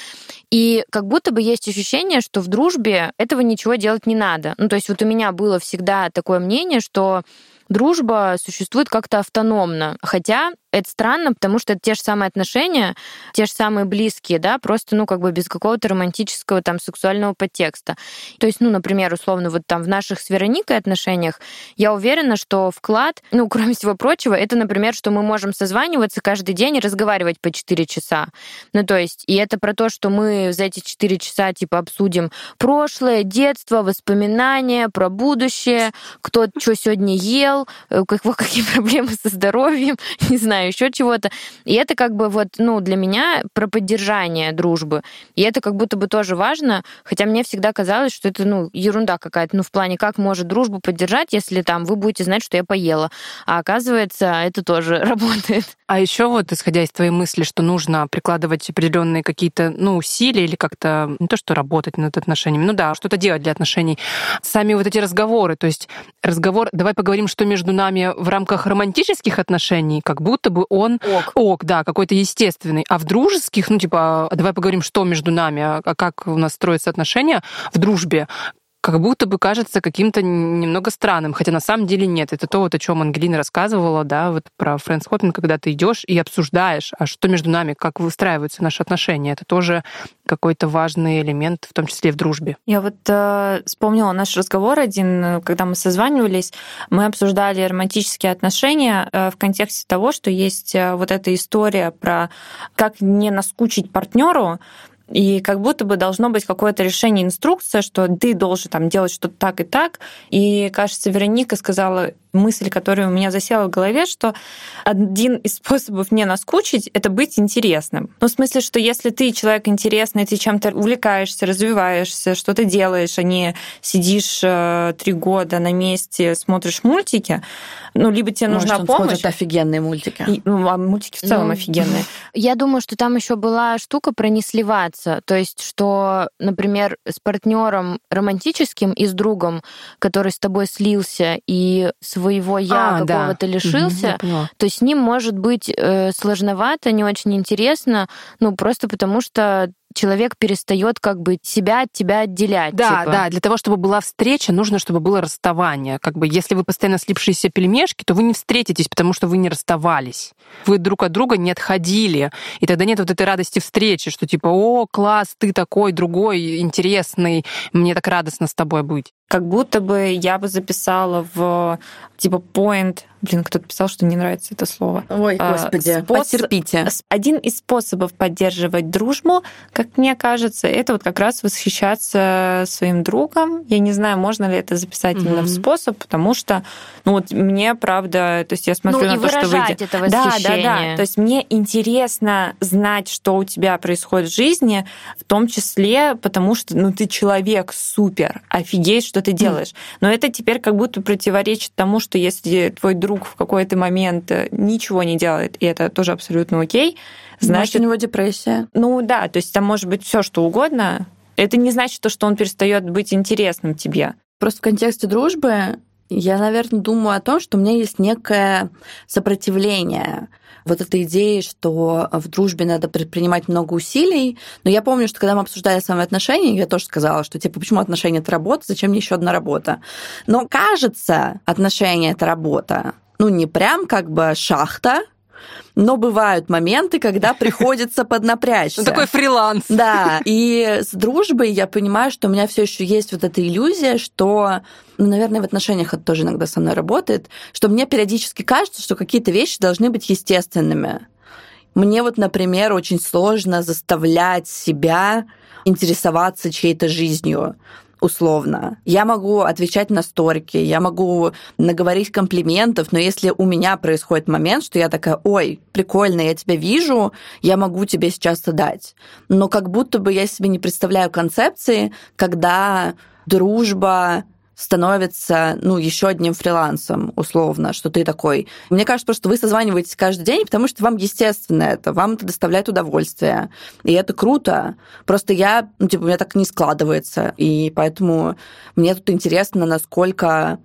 S1: И как будто бы есть ощущение, что в дружбе этого ничего делать не надо. Ну, то есть вот у меня было всегда такое мнение, что дружба существует как-то автономно. Хотя это странно, потому что это те же самые отношения, те же самые близкие, да, просто, ну, как бы без какого-то романтического, там, сексуального подтекста. То есть, ну, например, условно, вот там в наших с Вероникой отношениях я уверена, что вклад, ну, кроме всего прочего, это, например, что мы можем созваниваться каждый день и разговаривать по четыре часа. Ну, то есть, и это про то, что мы за эти четыре часа, типа, обсудим прошлое, детство, воспоминания, про будущее, кто что сегодня ел, какие проблемы со здоровьем, не знаю, еще чего-то. И это как бы вот, ну, для меня про поддержание дружбы. И это как будто бы тоже важно, хотя мне всегда казалось, что это, ну, ерунда какая-то, ну, в плане, как может дружбу поддержать, если там вы будете знать, что я поела. А оказывается, это тоже работает.
S2: А еще вот, исходя из твоей мысли, что нужно прикладывать определенные какие-то, ну, усилия или как-то не то, что работать над отношениями, ну да, что-то делать для отношений. Сами вот эти разговоры, то есть разговор, давай поговорим, что между нами в рамках романтических отношений, как будто бы он
S1: ок,
S2: ок да, какой-то естественный. А в дружеских, ну, типа, давай поговорим, что между нами, а как у нас строятся отношения в дружбе, как будто бы кажется каким-то немного странным, хотя на самом деле нет. Это то, вот, о чем Ангелина рассказывала, да, вот про френдс-хоппинг, когда ты идешь и обсуждаешь, а что между нами, как выстраиваются наши отношения. Это тоже какой-то важный элемент, в том числе и в дружбе.
S3: Я вот э, вспомнила наш разговор один, когда мы созванивались, мы обсуждали романтические отношения э, в контексте того, что есть э, вот эта история про как не наскучить партнеру. И как будто бы должно быть какое-то решение, инструкция, что ты должен там делать что-то так и так. И, кажется, Вероника сказала мысль, которая у меня засела в голове, что один из способов не наскучить — это быть интересным. Ну, в смысле, что если ты человек интересный, ты чем-то увлекаешься, развиваешься, что-то делаешь, а не сидишь три года на месте, смотришь мультики, ну, либо тебе
S4: Может,
S3: нужна
S4: он
S3: помощь.
S4: смотрит офигенные мультики.
S3: И, ну, а мультики в целом
S1: ну,
S3: офигенные.
S1: Я думаю, что там еще была штука про не сливаться. То есть, что, например, с партнером романтическим и с другом, который с тобой слился и своего я
S2: А,
S1: какого-то
S2: да.
S1: лишился,
S2: Угу,
S1: то с ним может быть э, сложновато, не очень интересно, ну, просто потому что человек перестает как бы себя от тебя отделять.
S2: Да,
S1: типа.
S2: да, для того, чтобы была встреча, нужно, чтобы было расставание. Как бы, если вы постоянно слипшиеся пельмешки, то вы не встретитесь, потому что вы не расставались. Вы друг от друга не отходили. И тогда нет вот этой радости встречи, что типа, о, класс, ты такой, другой, интересный, мне так радостно с тобой быть.
S3: Как будто бы я бы записала в типа point. Блин, кто-то писал, что не нравится это слово.
S4: Ой, господи,
S3: Спос...
S4: потерпите.
S3: Один из способов поддерживать дружбу, как мне кажется, это вот как раз восхищаться своим другом. Я не знаю, можно ли это записать mm-hmm. именно в способ, потому что, ну вот мне, правда, то есть я смотрю
S1: ну,
S3: на
S1: и
S3: то, что вы...
S1: это восхищение.
S3: Да, да, да. То есть мне интересно знать, что у тебя происходит в жизни, в том числе потому что, ну, ты человек супер, офигеть, что ты делаешь. Но это теперь как будто противоречит тому, что если твой друг в какой-то момент ничего не делает, и это тоже абсолютно окей, значит...
S4: Может, у него депрессия.
S3: Ну да, то есть там может быть все что угодно. Это не значит то, что он перестает быть интересным тебе.
S4: Просто в контексте дружбы я, наверное, думаю о том, что у меня есть некое сопротивление вот этой идеи, что в дружбе надо предпринимать много усилий. Но я помню, что когда мы обсуждали с вами отношения, я тоже сказала, что типа, почему отношения — это работа, зачем мне еще одна работа? Но кажется, отношения — это работа. Ну, не прям как бы шахта, но бывают моменты, когда приходится поднапрячься.
S2: Ну, такой фриланс.
S4: Да, и с дружбой я понимаю, что у меня все еще есть вот эта иллюзия, что, ну, наверное, в отношениях это тоже иногда со мной работает, что мне периодически кажется, что какие-то вещи должны быть естественными. Мне вот, например, очень сложно заставлять себя интересоваться чьей-то жизнью. Условно. Я могу отвечать на сторики, я могу наговорить комплиментов, но если у меня происходит момент, что я такая, ой, прикольно, я тебя вижу, я могу тебе сейчас это дать. Но как будто бы я себе не представляю концепции, когда дружба становится, ну, еще одним фрилансом, условно, что ты такой. Мне кажется, просто вы созваниваетесь каждый день, потому что вам естественно это, вам это доставляет удовольствие. И это круто. Просто я, ну, типа, у меня так не складывается. И поэтому мне тут интересно, насколько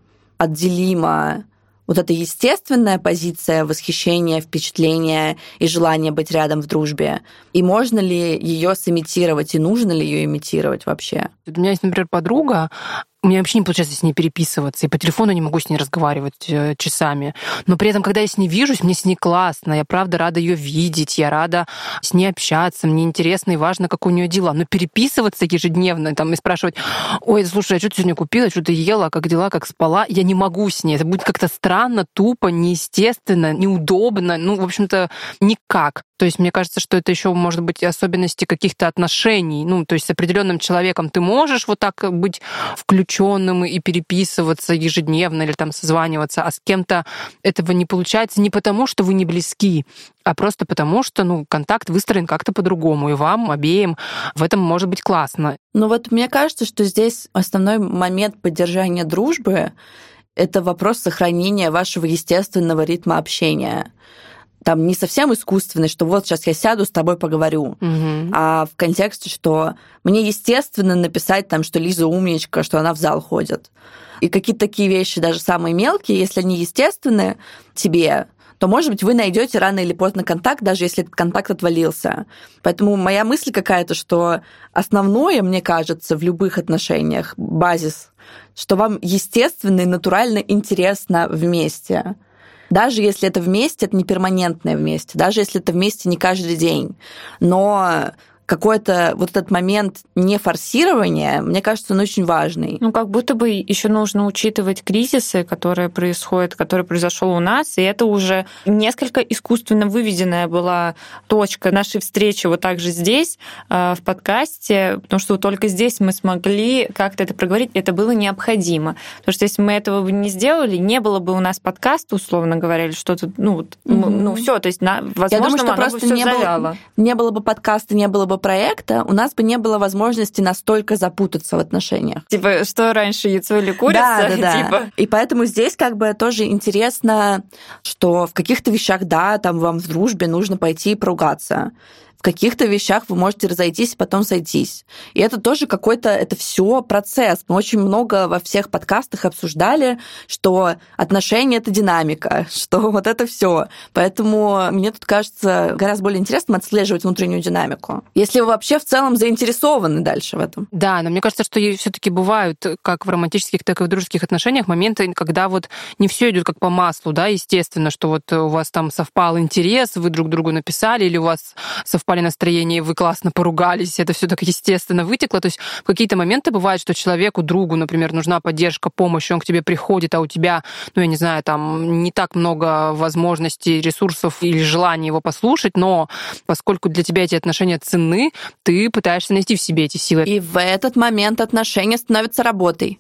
S4: отделима вот эта естественная позиция восхищения, впечатления и желания быть рядом в дружбе. И можно ли ее сымитировать, и нужно ли ее имитировать вообще?
S2: У меня есть, например, подруга, у меня вообще не получается с ней переписываться, и по телефону не могу с ней разговаривать часами. Но при этом, когда я с ней вижусь, мне с ней классно, я правда рада ее видеть, я рада с ней общаться, мне интересно и важно, как у нее дела. Но переписываться ежедневно там, и спрашивать: ой, слушай, а что ты сегодня купила, что ты ела, как дела, как спала, я не могу с ней. Это будет как-то странно, тупо, неестественно, неудобно, ну, в общем-то, никак. То есть мне кажется, что это еще может быть особенности каких-то отношений. Ну, то есть с определенным человеком ты можешь вот так быть включенным и переписываться ежедневно или там созваниваться, а с кем-то этого не получается не потому, что вы не близки, а просто потому, что, ну, контакт выстроен как-то по-другому, и вам обеим в этом может быть классно.
S4: Ну вот мне кажется, что здесь основной момент поддержания дружбы — это вопрос сохранения вашего естественного ритма общения. Там не совсем искусственный, что вот сейчас я сяду, с тобой поговорю,
S2: угу.
S4: а в контексте, что мне естественно написать там, что Лиза умничка, что она в зал ходит. И какие-то такие вещи, даже самые мелкие, если они естественны тебе, то, может быть, вы найдете рано или поздно контакт, даже если этот контакт отвалился. Поэтому моя мысль какая-то, что основное, мне кажется, в любых отношениях, базис, что вам естественно и натурально интересно вместе. Даже если это вместе, это не перманентное вместе, даже если это вместе не каждый день. Но какой-то вот этот момент нефорсирования, мне кажется, он очень важный.
S3: Ну, как будто бы еще нужно учитывать кризисы, которые происходят, который произошел у нас, и это уже несколько искусственно выведенная была точка нашей встречи вот так же здесь, в подкасте, потому что только здесь мы смогли как-то это проговорить, это было необходимо. Потому что если мы этого бы не сделали, не было бы у нас подкаста, условно говоря, или что-то, ну, mm-hmm. ну все, то есть, возможно,
S4: я думаю, что
S3: оно
S4: просто
S3: бы всё
S4: не
S3: завяло.
S4: Было, не было бы подкаста, не было бы проекта, у нас бы не было возможности настолько запутаться в отношениях.
S3: Типа, что раньше, яйцо или курица?
S4: Да, да, да.
S3: Типа.
S4: И поэтому здесь как бы тоже интересно, что в каких-то вещах, да, там вам в дружбе нужно пойти и поругаться. В каких-то вещах вы можете разойтись и потом сойтись. И это тоже какой-то, это все процесс. Мы очень много во всех подкастах обсуждали, что отношения — это динамика, что вот это все. Поэтому мне тут кажется гораздо более интересным отслеживать внутреннюю динамику. Если вы вообще в целом заинтересованы дальше в этом.
S2: Да, но мне кажется, что все-таки бывают, как в романтических, так и в дружеских отношениях, моменты, когда вот не все идет как по маслу, да, естественно, что вот у вас там совпал интерес, вы друг другу написали, или у вас совпали настроение, вы классно поругались, это все так естественно вытекло. То есть в какие-то моменты бывает, что человеку, другу, например, нужна поддержка, помощь, он к тебе приходит, а у тебя, ну, я не знаю, там не так много возможностей, ресурсов или желания его послушать, но поскольку для тебя эти отношения ценны, ты пытаешься найти в себе эти силы.
S4: И в этот момент отношения становятся работой.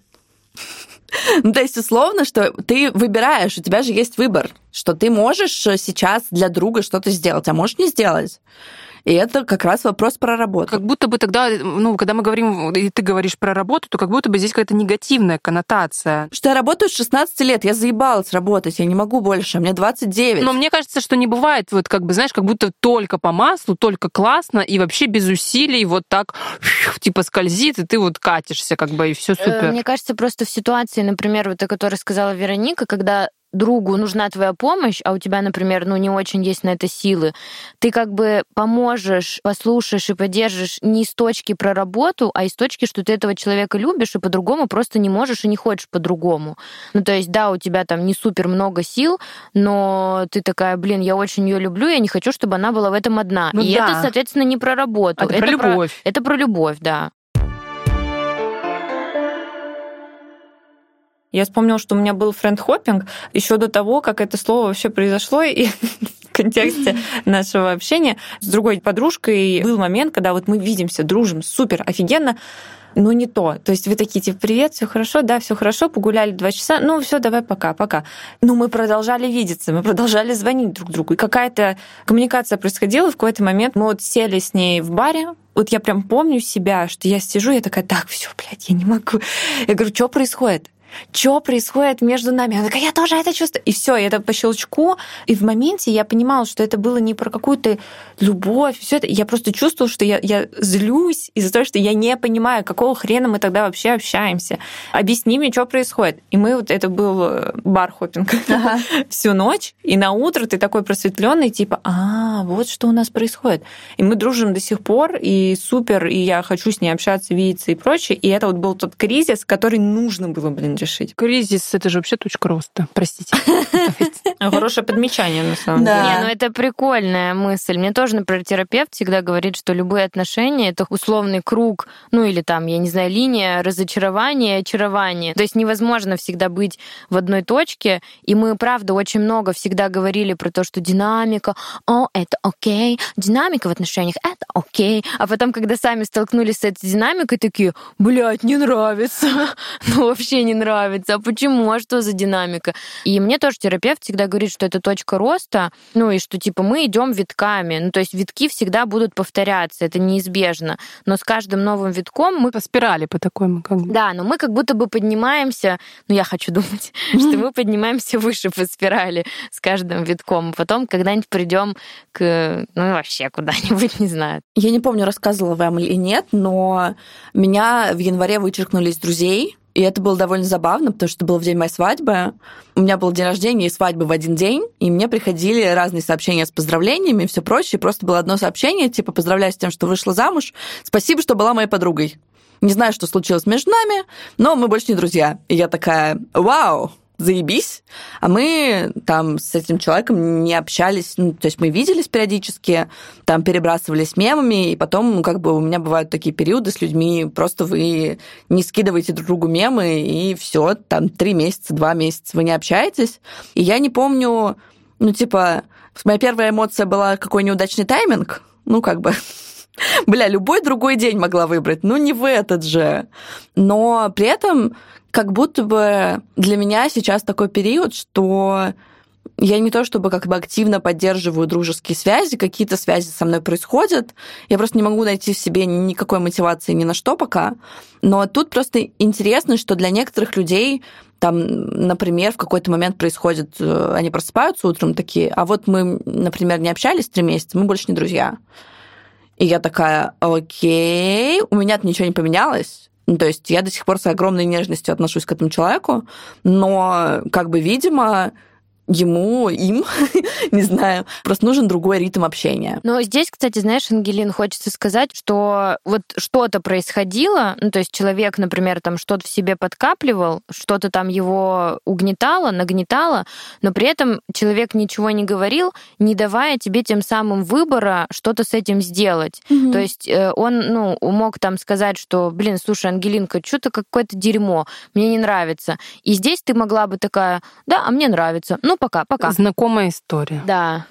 S4: Ну, то есть, условно, что ты выбираешь, у тебя же есть выбор, что ты можешь сейчас для друга что-то сделать, а можешь не сделать. И это как раз вопрос про работу.
S2: Как будто бы тогда, ну, когда мы говорим, и ты говоришь про работу, то как будто бы здесь какая-то негативная коннотация.
S4: Что я работаю с шестнадцати лет, я заебалась работать, я не могу больше, мне двадцать девять.
S2: Но мне кажется, что не бывает, вот как бы, знаешь, как будто только по маслу, только классно, и вообще без усилий вот так типа скользит, и ты вот катишься, как бы, и все супер.
S1: Мне кажется, просто в ситуации, например, вот о которой сказала Вероника, когда другу нужна твоя помощь, а у тебя, например, ну, не очень есть на это силы, ты как бы поможешь, послушаешь и поддержишь не из точки про работу, а из точки, что ты этого человека любишь, и по-другому просто не можешь и не хочешь по-другому. Ну, то есть, да, у тебя там не супер много сил, но ты такая, блин, я очень ее люблю, я не хочу, чтобы она была в этом одна.
S2: Ну,
S1: и
S2: да.
S1: это, соответственно, не про работу.
S2: Это, это про любовь.
S1: Про, это про любовь, да.
S3: Я вспомнила, что у меня был френд-хоппинг еще до того, как это слово вообще произошло, и в контексте нашего общения с другой подружкой был момент, когда вот мы видимся, дружим, супер, офигенно, но не то. То есть вы такие, типа, привет, все хорошо, да, все хорошо, погуляли два часа, ну все, давай, пока, пока. Но мы продолжали видеться, мы продолжали звонить друг другу, и какая-то коммуникация происходила, в какой-то момент мы вот сели с ней в баре, вот я прям помню себя, что я сижу, я такая, так, все, блядь, я не могу. Я говорю, что происходит? что происходит между нами? Она такая, я тоже это чувствую. И все, это по щелчку. И в моменте я понимала, что это было не про какую-то любовь. Все это. Я просто чувствовала, что я, я злюсь из-за того, что я не понимаю, какого хрена мы тогда вообще общаемся. Объясни мне, что происходит. И мы вот, это был бар-хоппинг ага. всю ночь. И на утро ты такой просветленный, типа, а, вот что у нас происходит. И мы дружим до сих пор, и супер, и я хочу с ней общаться, видеться и прочее. И это вот был тот кризис, который нужно было, блин, решить.
S2: Кризис — это же вообще точка роста. Простите.
S3: Хорошее подмечание, на самом деле.
S1: Не, ну это прикольная мысль. Мне тоже, например, терапевт всегда говорит, что любые отношения — это условный круг, ну или там, я не знаю, линия разочарования, очарования. То есть невозможно всегда быть в одной точке. И мы, правда, очень много всегда говорили про то, что динамика, о, это окей, динамика в отношениях, это окей. А потом, когда сами столкнулись с этой динамикой, такие, блядь, не нравится. Ну, вообще не нравится. А почему? А что за динамика? И мне тоже терапевт всегда говорит, что это точка роста, ну и что, типа, мы идем витками. Ну, то есть витки всегда будут повторяться, это неизбежно. Но с каждым новым витком мы...
S2: По спирали по такой мы как бы.
S1: Да, но мы как будто бы поднимаемся, ну, я хочу думать, что мы поднимаемся выше по спирали с каждым витком. Потом когда-нибудь придем к... Ну, вообще куда-нибудь, не знаю.
S4: Я не помню, рассказывала вам или нет, но меня в январе вычеркнули из друзей. И это было довольно забавно, потому что это был в день моей свадьбы. У меня был день рождения и свадьбы в один день, и мне приходили разные сообщения с поздравлениями и все прочее. Просто было одно сообщение, типа, поздравляю с тем, что вышла замуж, спасибо, что была моей подругой. Не знаю, что случилось между нами, но мы больше не друзья. И я такая, вау, заебись. А мы там с этим человеком не общались, ну, то есть мы виделись периодически, там перебрасывались мемами, и потом, ну, как бы у меня бывают такие периоды с людьми, просто вы не скидываете друг другу мемы, и все, там три месяца, два месяца вы не общаетесь. И я не помню, ну, типа, моя первая эмоция была какой неудачный тайминг, ну, как бы... Бля, любой другой день могла выбрать, ну не в этот же. Но при этом как будто бы для меня сейчас такой период, что я не то чтобы как бы активно поддерживаю дружеские связи, какие-то связи со мной происходят, я просто не могу найти в себе никакой мотивации ни на что пока. Но тут просто интересно, что для некоторых людей там, например, в какой-то момент происходит, они просыпаются утром такие, а вот мы, например, не общались три месяца, мы больше не друзья. И я такая, окей, у меня-то ничего не поменялось. Ну, то есть я до сих пор с огромной нежностью отношусь к этому человеку, но, как бы, видимо, ему, им, не знаю, просто нужен другой ритм общения.
S1: Но здесь, кстати, знаешь, Ангелин, хочется сказать, что вот что-то происходило, ну, то есть человек, например, там что-то в себе подкапливал, что-то там его угнетало, нагнетало, но при этом человек ничего не говорил, не давая тебе тем самым выбора что-то с этим сделать. Mm-hmm. То есть он, ну, мог там сказать, что, блин, слушай, Ангелинка, что-то какое-то дерьмо, мне не нравится. И здесь ты могла бы такая, да, а мне нравится. Ну, пока, пока.
S2: Знакомая история.
S1: Да.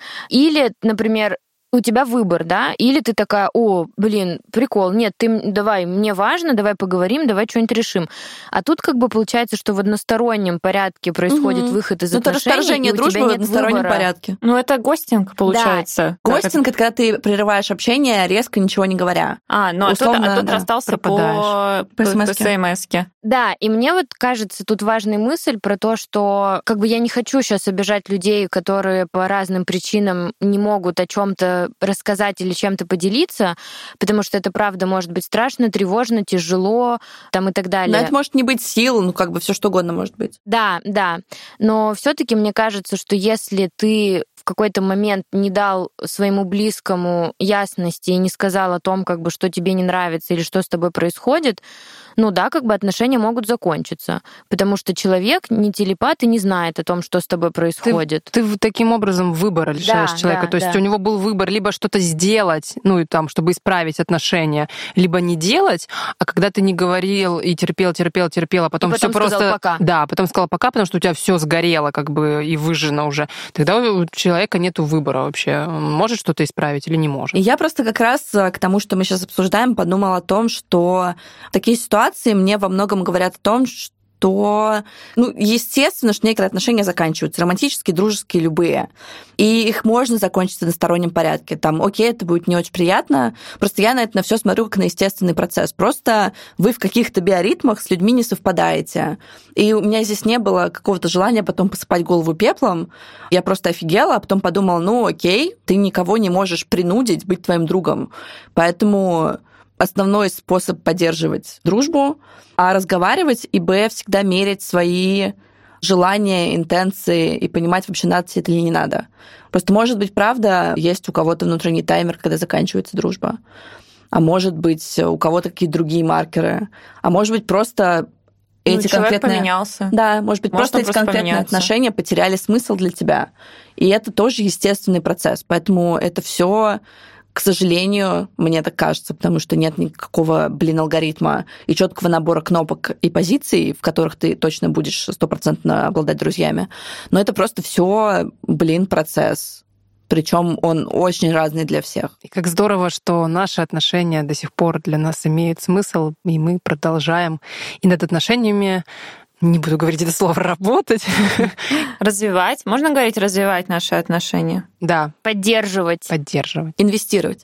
S1: Или, например, у тебя выбор, да, или ты такая, о, блин, прикол, нет, ты давай, мне важно, давай поговорим, давай что-нибудь решим. А тут как бы получается, что в одностороннем порядке происходит угу. выход из
S4: ну,
S1: отношений,
S4: это расторжение дружбы в одностороннем выбора. Порядке.
S3: Ну, это гостинг, получается.
S4: Да. Гостинг — это когда ты прерываешь общение, резко ничего не говоря.
S3: А, ну, условно, а тут, а тут да, расстался по, по смс-ке.
S1: Да, и мне вот кажется, тут важная мысль про то, что как бы я не хочу сейчас обижать людей, которые по разным причинам не могут о чем-то рассказать или чем-то поделиться, потому что это, правда, может быть страшно, тревожно, тяжело, там и так далее.
S4: Но это может не быть сил, ну как бы все что угодно может быть.
S1: Да, да. Но все-таки мне кажется, что если ты в какой-то момент не дал своему близкому ясности и не сказал о том, как бы, что тебе не нравится или что с тобой происходит, ну да, как бы отношения могут закончиться, потому что человек не телепат и не знает о том, что с тобой происходит.
S2: Ты, ты таким образом выбора лишаешь да, человека. Да, То есть да. у него был выбор либо что-то сделать, ну и там, чтобы исправить отношения, либо не делать, а когда ты не говорил и терпел, терпел, терпел, а потом,
S1: потом
S2: все просто...
S1: пока.
S2: Да, потом сказал пока, потому что у тебя все сгорело как бы и выжжено уже. Тогда у человека нету выбора вообще. Он может что-то исправить или не может.
S4: Я просто как раз к тому, что мы сейчас обсуждаем, подумала о том, что такие ситуации мне во многом говорят о том, то, ну, естественно, что некоторые отношения заканчиваются, романтические, дружеские, любые. И их можно закончить в одностороннем порядке. Там, окей, это будет не очень приятно, просто я на это на все смотрю как на естественный процесс. Просто вы в каких-то биоритмах с людьми не совпадаете. И у меня здесь не было какого-то желания потом посыпать голову пеплом. Я просто офигела, а потом подумала, ну, окей, ты никого не можешь принудить быть твоим другом. Поэтому основной способ поддерживать дружбу, а разговаривать и, б, всегда мерить свои желания, интенции и понимать, вообще надо тебе это или не надо. Просто, может быть, правда, есть у кого-то внутренний таймер, когда заканчивается дружба. А может быть, у кого-то какие-то другие маркеры. А может быть, просто эти
S3: ну, человек
S4: конкретные...
S3: поменялся.
S4: Да, может быть,
S3: может
S4: просто эти
S3: просто
S4: конкретные
S3: поменяться.
S4: отношения потеряли смысл для тебя. И это тоже естественный процесс. Поэтому это все, к сожалению, мне так кажется, потому что нет никакого, блин, алгоритма и четкого набора кнопок и позиций, в которых ты точно будешь стопроцентно обладать друзьями. Но это просто все, блин, процесс. Причем он очень разный для всех.
S2: И как здорово, что наши отношения до сих пор для нас имеют смысл, и мы продолжаем и над отношениями, не буду говорить это слово, работать.
S3: Развивать. Можно говорить развивать наши отношения?
S2: Да.
S1: Поддерживать.
S2: Поддерживать.
S4: Инвестировать.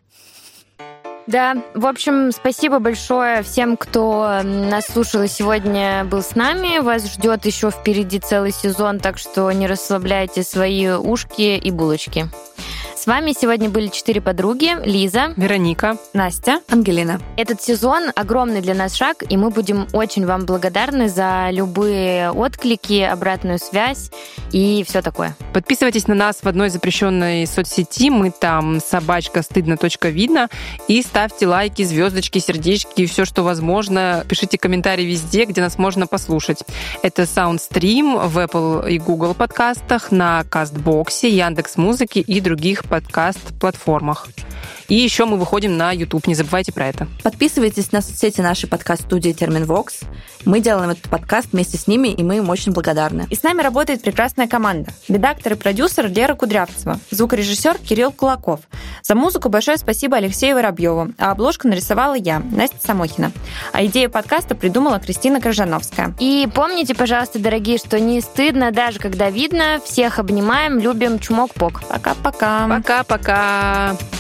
S1: Да, в общем, спасибо большое всем, кто нас слушал и сегодня был с нами. Вас ждет еще впереди целый сезон, так что не расслабляйте свои ушки и булочки. С вами сегодня были четыре подруги. Лиза,
S2: Вероника,
S3: Настя,
S4: Ангелина.
S1: Этот сезон огромный для нас шаг, и мы будем очень вам благодарны за любые отклики, обратную связь и все такое.
S2: подписывайтесь на нас в одной запрещенной соцсети. Мы там собачка стыдно точка видно. И ставьте лайки, звездочки, сердечки, все, что возможно. Пишите комментарии везде, где нас можно послушать. Это Soundstream в Apple и Google подкастах, на Кастбоксе, Яндекс.Музыке и других подкаст-платформах. И еще мы выходим на YouTube, не забывайте про это.
S4: Подписывайтесь на соцсети нашей подкаст-студии Терминвокс. Мы делаем этот подкаст вместе с ними, и мы им очень благодарны.
S3: И с нами работает прекрасная команда. Редактор и продюсер Лера Кудрявцева, звукорежиссер Кирилл Кулаков. За музыку большое спасибо Алексею Воробьеву, а обложку нарисовала я, Настя Самохина. А идею подкаста придумала Кристина Крыжановская.
S1: И помните, пожалуйста, дорогие, что не стыдно, даже когда видно. Всех обнимаем, любим, чмок-пок.
S3: Пока-пока.
S2: Пока-пока.